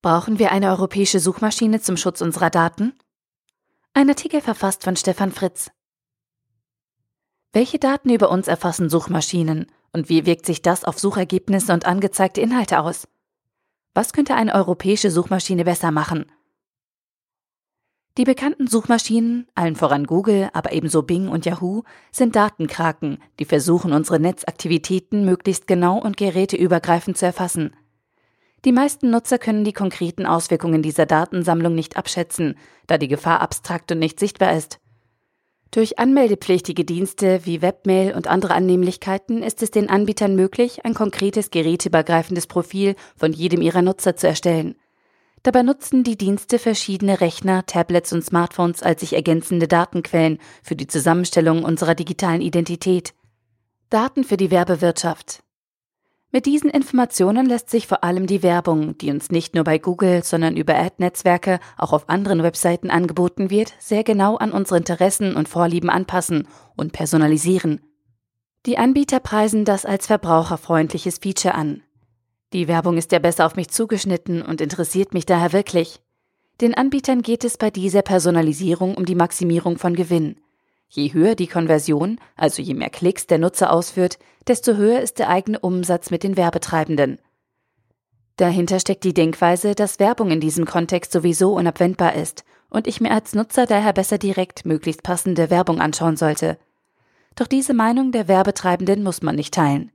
Brauchen wir eine europäische Suchmaschine zum Schutz unserer Daten? Ein Artikel verfasst von Stefan Fritz. Welche Daten über uns erfassen Suchmaschinen und wie wirkt sich das auf Suchergebnisse und angezeigte Inhalte aus? Was könnte eine europäische Suchmaschine besser machen? Die bekannten Suchmaschinen, allen voran Google, aber ebenso Bing und Yahoo, sind Datenkraken, die versuchen, unsere Netzaktivitäten möglichst genau und geräteübergreifend zu erfassen. Die meisten Nutzer können die konkreten Auswirkungen dieser Datensammlung nicht abschätzen, da die Gefahr abstrakt und nicht sichtbar ist. Durch anmeldepflichtige Dienste wie Webmail und andere Annehmlichkeiten ist es den Anbietern möglich, ein konkretes geräteübergreifendes Profil von jedem ihrer Nutzer zu erstellen. Dabei nutzen die Dienste verschiedene Rechner, Tablets und Smartphones als sich ergänzende Datenquellen für die Zusammenstellung unserer digitalen Identität. Daten für die Werbewirtschaft. Mit diesen Informationen lässt sich vor allem die Werbung, die uns nicht nur bei Google, sondern über Ad-Netzwerke auch auf anderen Webseiten angeboten wird, sehr genau an unsere Interessen und Vorlieben anpassen und personalisieren. Die Anbieter preisen das als verbraucherfreundliches Feature an. Die Werbung ist ja besser auf mich zugeschnitten und interessiert mich daher wirklich. Den Anbietern geht es bei dieser Personalisierung um die Maximierung von Gewinn. Je höher die Konversion, also je mehr Klicks der Nutzer ausführt, desto höher ist der eigene Umsatz mit den Werbetreibenden. Dahinter steckt die Denkweise, dass Werbung in diesem Kontext sowieso unabwendbar ist und ich mir als Nutzer daher besser direkt möglichst passende Werbung anschauen sollte. Doch diese Meinung der Werbetreibenden muss man nicht teilen.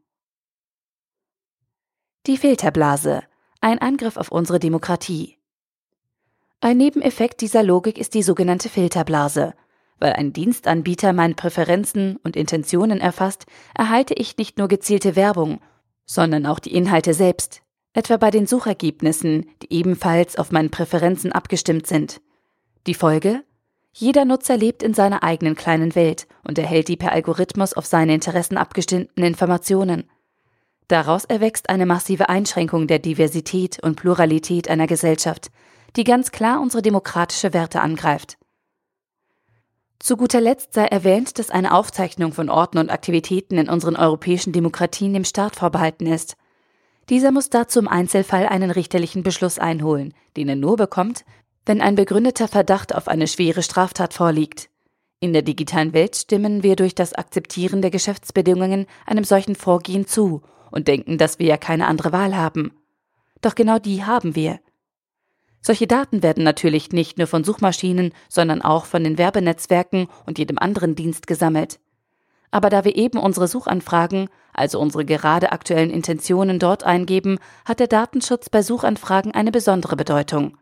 Die Filterblase. Ein Angriff auf unsere Demokratie. Ein Nebeneffekt dieser Logik ist die sogenannte Filterblase. Weil ein Dienstanbieter meine Präferenzen und Intentionen erfasst, erhalte ich nicht nur gezielte Werbung, sondern auch die Inhalte selbst, etwa bei den Suchergebnissen, die ebenfalls auf meine Präferenzen abgestimmt sind. Die Folge? Jeder Nutzer lebt in seiner eigenen kleinen Welt und erhält die per Algorithmus auf seine Interessen abgestimmten Informationen. Daraus erwächst eine massive Einschränkung der Diversität und Pluralität einer Gesellschaft, die ganz klar unsere demokratische Werte angreift. Zu guter Letzt sei erwähnt, dass eine Aufzeichnung von Orten und Aktivitäten in unseren europäischen Demokratien dem Staat vorbehalten ist. Dieser muss dazu im Einzelfall einen richterlichen Beschluss einholen, den er nur bekommt, wenn ein begründeter Verdacht auf eine schwere Straftat vorliegt. In der digitalen Welt stimmen wir durch das Akzeptieren der Geschäftsbedingungen einem solchen Vorgehen zu und denken, dass wir ja keine andere Wahl haben. Doch genau die haben wir. Solche Daten werden natürlich nicht nur von Suchmaschinen, sondern auch von den Werbenetzwerken und jedem anderen Dienst gesammelt. Aber da wir eben unsere Suchanfragen, also unsere gerade aktuellen Intentionen dort eingeben, hat der Datenschutz bei Suchanfragen eine besondere Bedeutung.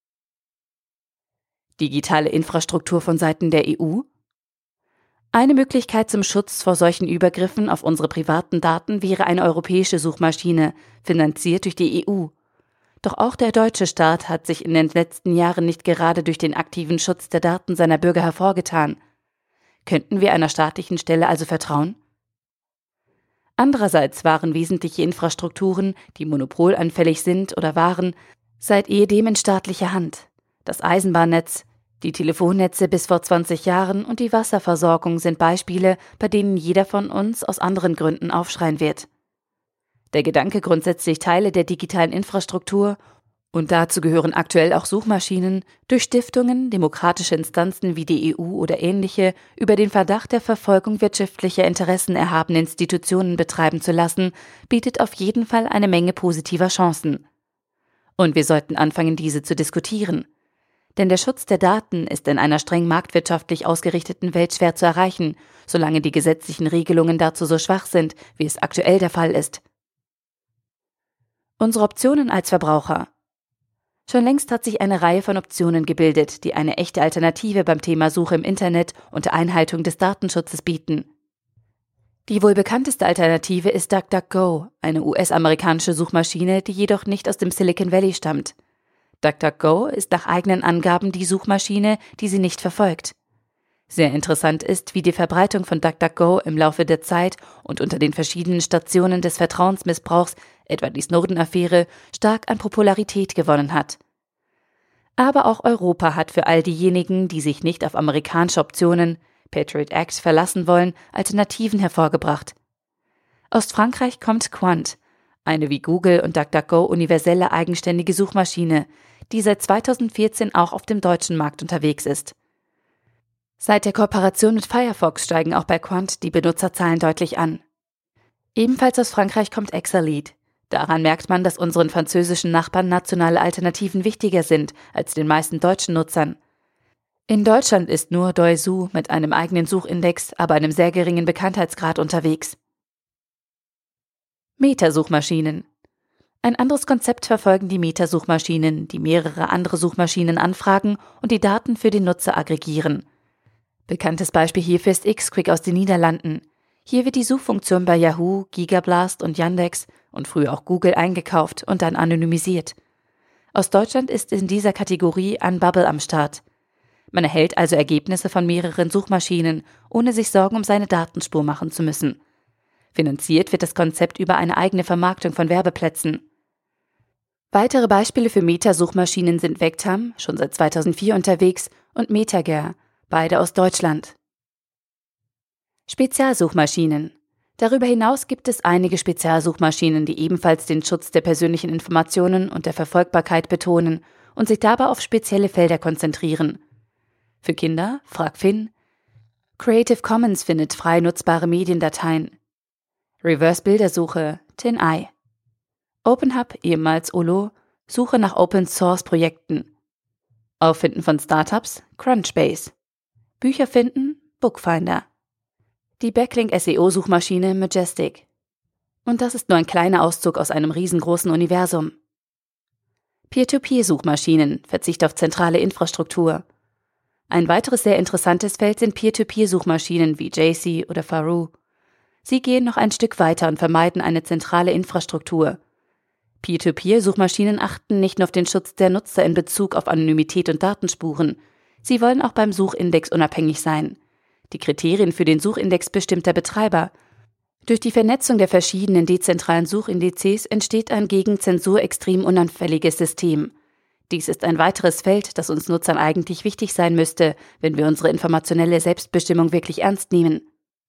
Digitale Infrastruktur von Seiten der EU? Eine Möglichkeit zum Schutz vor solchen Übergriffen auf unsere privaten Daten wäre eine europäische Suchmaschine, finanziert durch die EU. Doch auch der deutsche Staat hat sich in den letzten Jahren nicht gerade durch den aktiven Schutz der Daten seiner Bürger hervorgetan. Könnten wir einer staatlichen Stelle also vertrauen? Andererseits waren wesentliche Infrastrukturen, die monopolanfällig sind oder waren, seit ehedem in staatlicher Hand. Das Eisenbahnnetz, die Telefonnetze bis vor 20 Jahren und die Wasserversorgung sind Beispiele, bei denen jeder von uns aus anderen Gründen aufschreien wird. Der Gedanke, grundsätzlich Teile der digitalen Infrastruktur, und dazu gehören aktuell auch Suchmaschinen, durch Stiftungen, demokratische Instanzen wie die EU oder ähnliche, über den Verdacht der Verfolgung wirtschaftlicher Interessen erhabene Institutionen betreiben zu lassen, bietet auf jeden Fall eine Menge positiver Chancen. Und wir sollten anfangen, diese zu diskutieren. Denn der Schutz der Daten ist in einer streng marktwirtschaftlich ausgerichteten Welt schwer zu erreichen, solange die gesetzlichen Regelungen dazu so schwach sind, wie es aktuell der Fall ist. Unsere Optionen als Verbraucher. Schon längst hat sich eine Reihe von Optionen gebildet, die eine echte Alternative beim Thema Suche im Internet unter Einhaltung des Datenschutzes bieten. Die wohl bekannteste Alternative ist DuckDuckGo, eine US-amerikanische Suchmaschine, die jedoch nicht aus dem Silicon Valley stammt. DuckDuckGo ist nach eigenen Angaben die Suchmaschine, die sie nicht verfolgt. Sehr interessant ist, wie die Verbreitung von DuckDuckGo im Laufe der Zeit und unter den verschiedenen Stationen des Vertrauensmissbrauchs, etwa die Snowden-Affäre, stark an Popularität gewonnen hat. Aber auch Europa hat für all diejenigen, die sich nicht auf amerikanische Optionen, Patriot Act, verlassen wollen, Alternativen hervorgebracht. Aus Frankreich kommt Qwant, Eine wie Google und DuckDuckGo universelle eigenständige Suchmaschine, die seit 2014 auch auf dem deutschen Markt unterwegs ist. Seit der Kooperation mit Firefox steigen auch bei Qwant die Benutzerzahlen deutlich an. Ebenfalls aus Frankreich kommt Exalead. Daran merkt man, dass unseren französischen Nachbarn nationale Alternativen wichtiger sind als den meisten deutschen Nutzern. In Deutschland ist nur Doisu mit einem eigenen Suchindex, aber einem sehr geringen Bekanntheitsgrad unterwegs. Meta-Suchmaschinen. Ein anderes Konzept verfolgen die Meta-Suchmaschinen, die mehrere andere Suchmaschinen anfragen und die Daten für den Nutzer aggregieren. Bekanntes Beispiel hierfür ist Xquick aus den Niederlanden. Hier wird die Suchfunktion bei Yahoo, Gigablast und Yandex und früher auch Google eingekauft und dann anonymisiert. Aus Deutschland ist in dieser Kategorie Unbubble am Start. Man erhält also Ergebnisse von mehreren Suchmaschinen, ohne sich Sorgen um seine Datenspur machen zu müssen. Finanziert wird das Konzept über eine eigene Vermarktung von Werbeplätzen. Weitere Beispiele für Meta-Suchmaschinen sind Vectam, schon seit 2004 unterwegs, und Metager, beide aus Deutschland. Spezialsuchmaschinen. Darüber hinaus gibt es einige Spezialsuchmaschinen, die ebenfalls den Schutz der persönlichen Informationen und der Verfolgbarkeit betonen und sich dabei auf spezielle Felder konzentrieren. Für Kinder, FragFin. Creative Commons findet frei nutzbare Mediendateien. Reverse-Bildersuche, TinEye. OpenHub, ehemals Olo, Suche nach Open-Source-Projekten. Auffinden von Startups, Crunchbase. Bücher finden, Bookfinder. Die Backlink-SEO-Suchmaschine Majestic. Und das ist nur ein kleiner Auszug aus einem riesengroßen Universum. Peer-to-Peer-Suchmaschinen, Verzicht auf zentrale Infrastruktur. Ein weiteres sehr interessantes Feld sind Peer-to-Peer-Suchmaschinen wie Jaycee oder Faroo. Sie gehen noch ein Stück weiter und vermeiden eine zentrale Infrastruktur. Peer-to-Peer-Suchmaschinen achten nicht nur auf den Schutz der Nutzer in Bezug auf Anonymität und Datenspuren. Sie wollen auch beim Suchindex unabhängig sein. Die Kriterien für den Suchindex bestimmt der Betreiber. Durch die Vernetzung der verschiedenen dezentralen Suchindizes entsteht ein gegen Zensur extrem unanfälliges System. Dies ist ein weiteres Feld, das uns Nutzern eigentlich wichtig sein müsste, wenn wir unsere informationelle Selbstbestimmung wirklich ernst nehmen.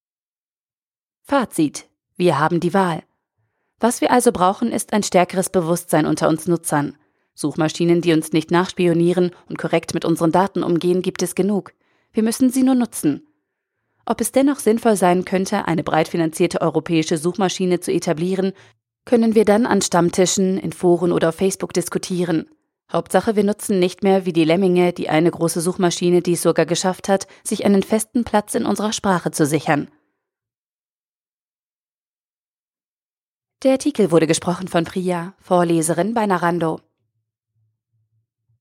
Fazit: Wir haben die Wahl. Was wir also brauchen, ist ein stärkeres Bewusstsein unter uns Nutzern. Suchmaschinen, die uns nicht nachspionieren und korrekt mit unseren Daten umgehen, gibt es genug. Wir müssen sie nur nutzen. Ob es dennoch sinnvoll sein könnte, eine breit finanzierte europäische Suchmaschine zu etablieren, können wir dann an Stammtischen, in Foren oder auf Facebook diskutieren. Hauptsache, wir nutzen nicht mehr wie die Lemminge, die eine große Suchmaschine, die es sogar geschafft hat, sich einen festen Platz in unserer Sprache zu sichern. Der Artikel wurde gesprochen von Priya, Vorleserin bei Narando.